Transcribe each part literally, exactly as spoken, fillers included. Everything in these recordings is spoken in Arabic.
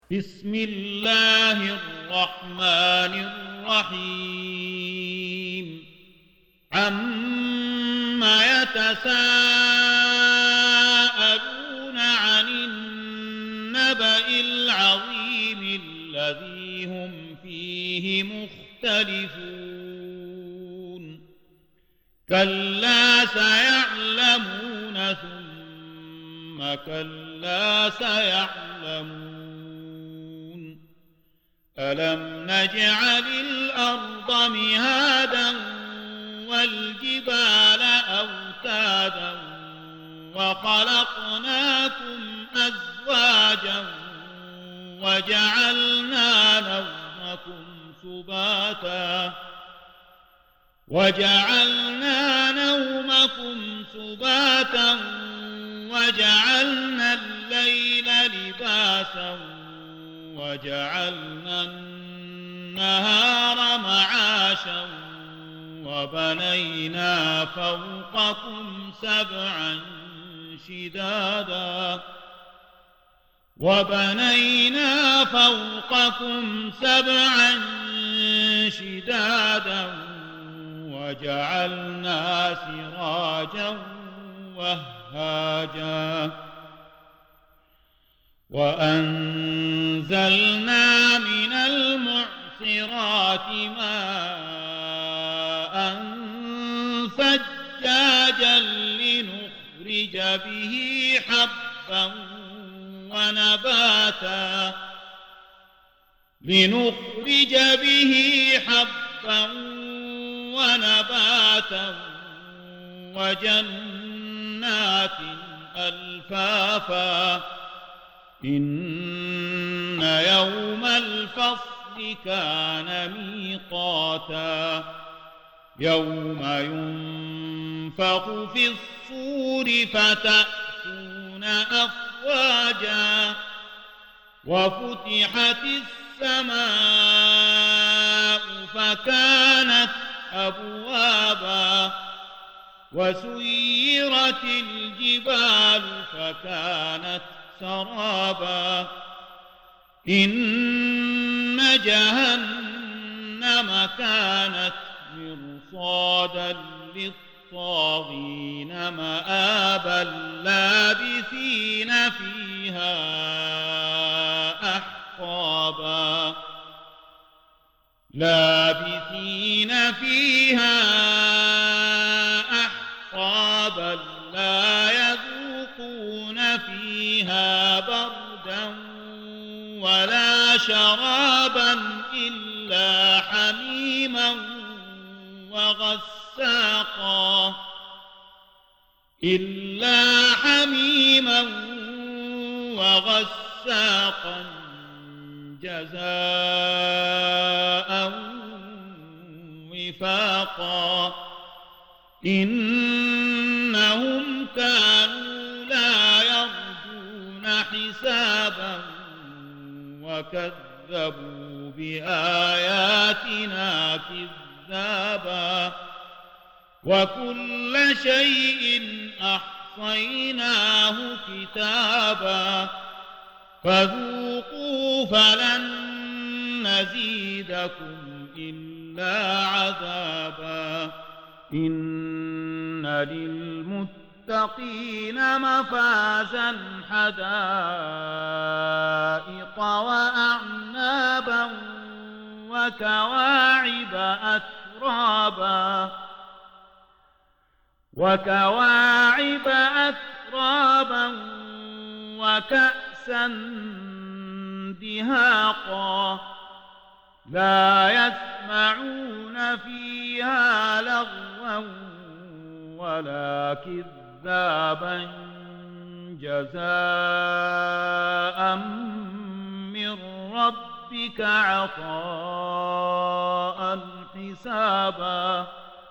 بسم الله الرحمن الرحيم عَمَّ يتساءلون عن النبأ العظيم الذي هم فيه مختلفون كلا سيعلمون ثم كلا سيعلمون ألم نجعل الأرض مهادا والجبال أوتادا وخلقناكم أزواجا وجعلنا نومكم سباتا وجعلنا نومكم سباتا وجعلنا الليل لباسا وجعلنا النهار معاشا وبنينا فوقكم سبعا شدادا وبنينا فوقكم سبعا شدادا وجعلنا سراجا وهاجا وأنزلنا من المعصرات ماء ثجاجا لنخرج به حبا ونباتا لنخرج به حبا ونباتا وجنات ألفافا إن يوم الفصل كان ميقاتا يوم ينفخ في الصور فتأتون أفواجا وفتحت السماء فكانت أبوابا وسيرت الجبال فكانت سرابا إن جهنم كانت مرصادا للطاغين مآبا لابثين فيها أحقابا لابثين فيها أحقابا لا يذوقون فيها بردا ولا شرابا إلا حميما وغساقا إلا حميما وغساقا جزاء وفاقا إنهم كانوا لا يرجون حسابا وكذبوا بآياتنا كذابا وكل شيء أحصيناه كتابا فذوقوا فلن نزيدكم إلا عذابا إن للمتقين مفازا حدائق وأعنابا وكواعب أترابا وكواعب أترابا وكأسا دهاقا لا يسمعون فيها لغوا ولا كذابا جزاء من ربك عطاء حسابا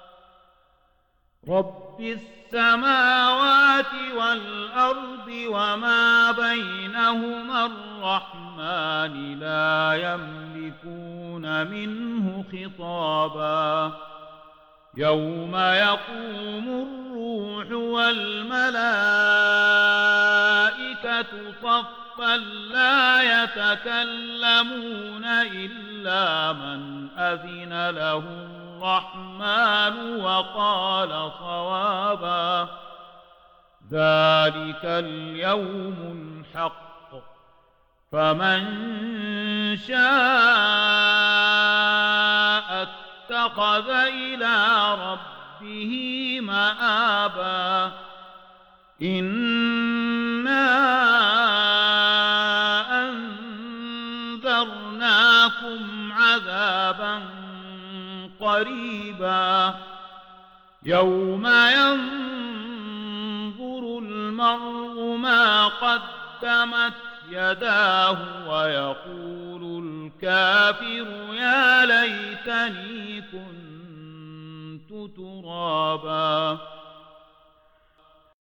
رب السماوات والأرض وما بينهما الرحمن لا يملكون منه خطابا يوم يقوم الروح والملائكة صفا صفا لا يتكلمون إلا من أذن له الرحمن وقال صوابا ذلك اليوم الحق فمن شاء اتخذ إلى ربه مآبا إنا أنذرناكم عذابا قريبا يوم ينظر المرء ما قدمت يداه ويقول الكافر يا ليتني كنت ترابا